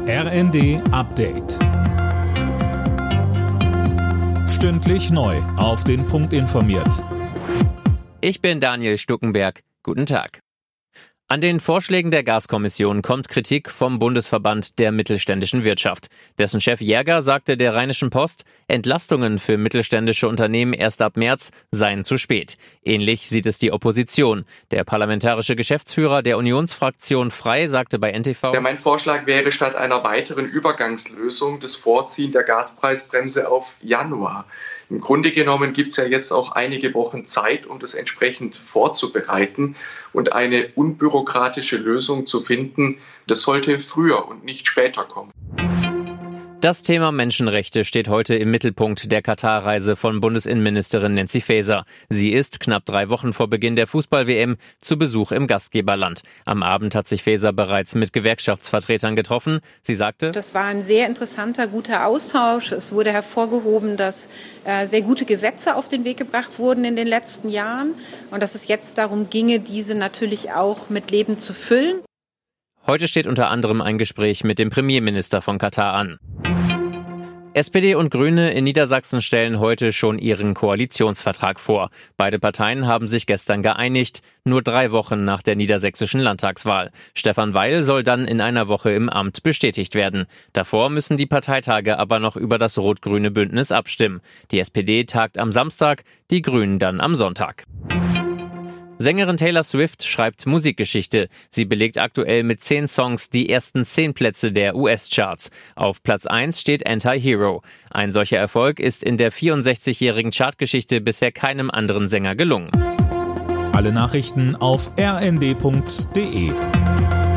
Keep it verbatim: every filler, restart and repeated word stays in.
R N D Update. Stündlich neu auf den Punkt informiert. Ich bin Daniel Stuckenberg. Guten Tag. An den Vorschlägen der Gaskommission kommt Kritik vom Bundesverband der mittelständischen Wirtschaft. Dessen Chef Jäger sagte der Rheinischen Post, Entlastungen für mittelständische Unternehmen erst ab März seien zu spät. Ähnlich sieht es die Opposition. Der parlamentarische Geschäftsführer der Unionsfraktion Frei sagte bei N T V: Ja, mein Vorschlag wäre, statt einer weiteren Übergangslösung das Vorziehen der Gaspreisbremse auf Januar. Im Grunde genommen gibt es ja jetzt auch einige Wochen Zeit, um das entsprechend vorzubereiten und eine unbürokratische Lösung zu finden. Das sollte früher und nicht später kommen. Das Thema Menschenrechte steht heute im Mittelpunkt der Katar-Reise von Bundesinnenministerin Nancy Faeser. Sie ist knapp drei Wochen vor Beginn der Fußball-W M zu Besuch im Gastgeberland. Am Abend hat sich Faeser bereits mit Gewerkschaftsvertretern getroffen. Sie sagte: Das war ein sehr interessanter, guter Austausch. Es wurde hervorgehoben, dass äh, sehr gute Gesetze auf den Weg gebracht wurden in den letzten Jahren und dass es jetzt darum ginge, diese natürlich auch mit Leben zu füllen. Heute steht unter anderem ein Gespräch mit dem Premierminister von Katar an. S P D und Grüne in Niedersachsen stellen heute schon ihren Koalitionsvertrag vor. Beide Parteien haben sich gestern geeinigt, nur drei Wochen nach der niedersächsischen Landtagswahl. Stefan Weil soll dann in einer Woche im Amt bestätigt werden. Davor müssen die Parteitage aber noch über das rot-grüne Bündnis abstimmen. Die S P D tagt am Samstag, die Grünen dann am Sonntag. Sängerin Taylor Swift schreibt Musikgeschichte. Sie belegt aktuell mit zehn Songs die ersten zehn Plätze der U S-Charts. Auf Platz eins steht Anti-Hero. Ein solcher Erfolg ist in der vierundsechzigjährigen Chartgeschichte bisher keinem anderen Sänger gelungen. Alle Nachrichten auf r n d punkt d e.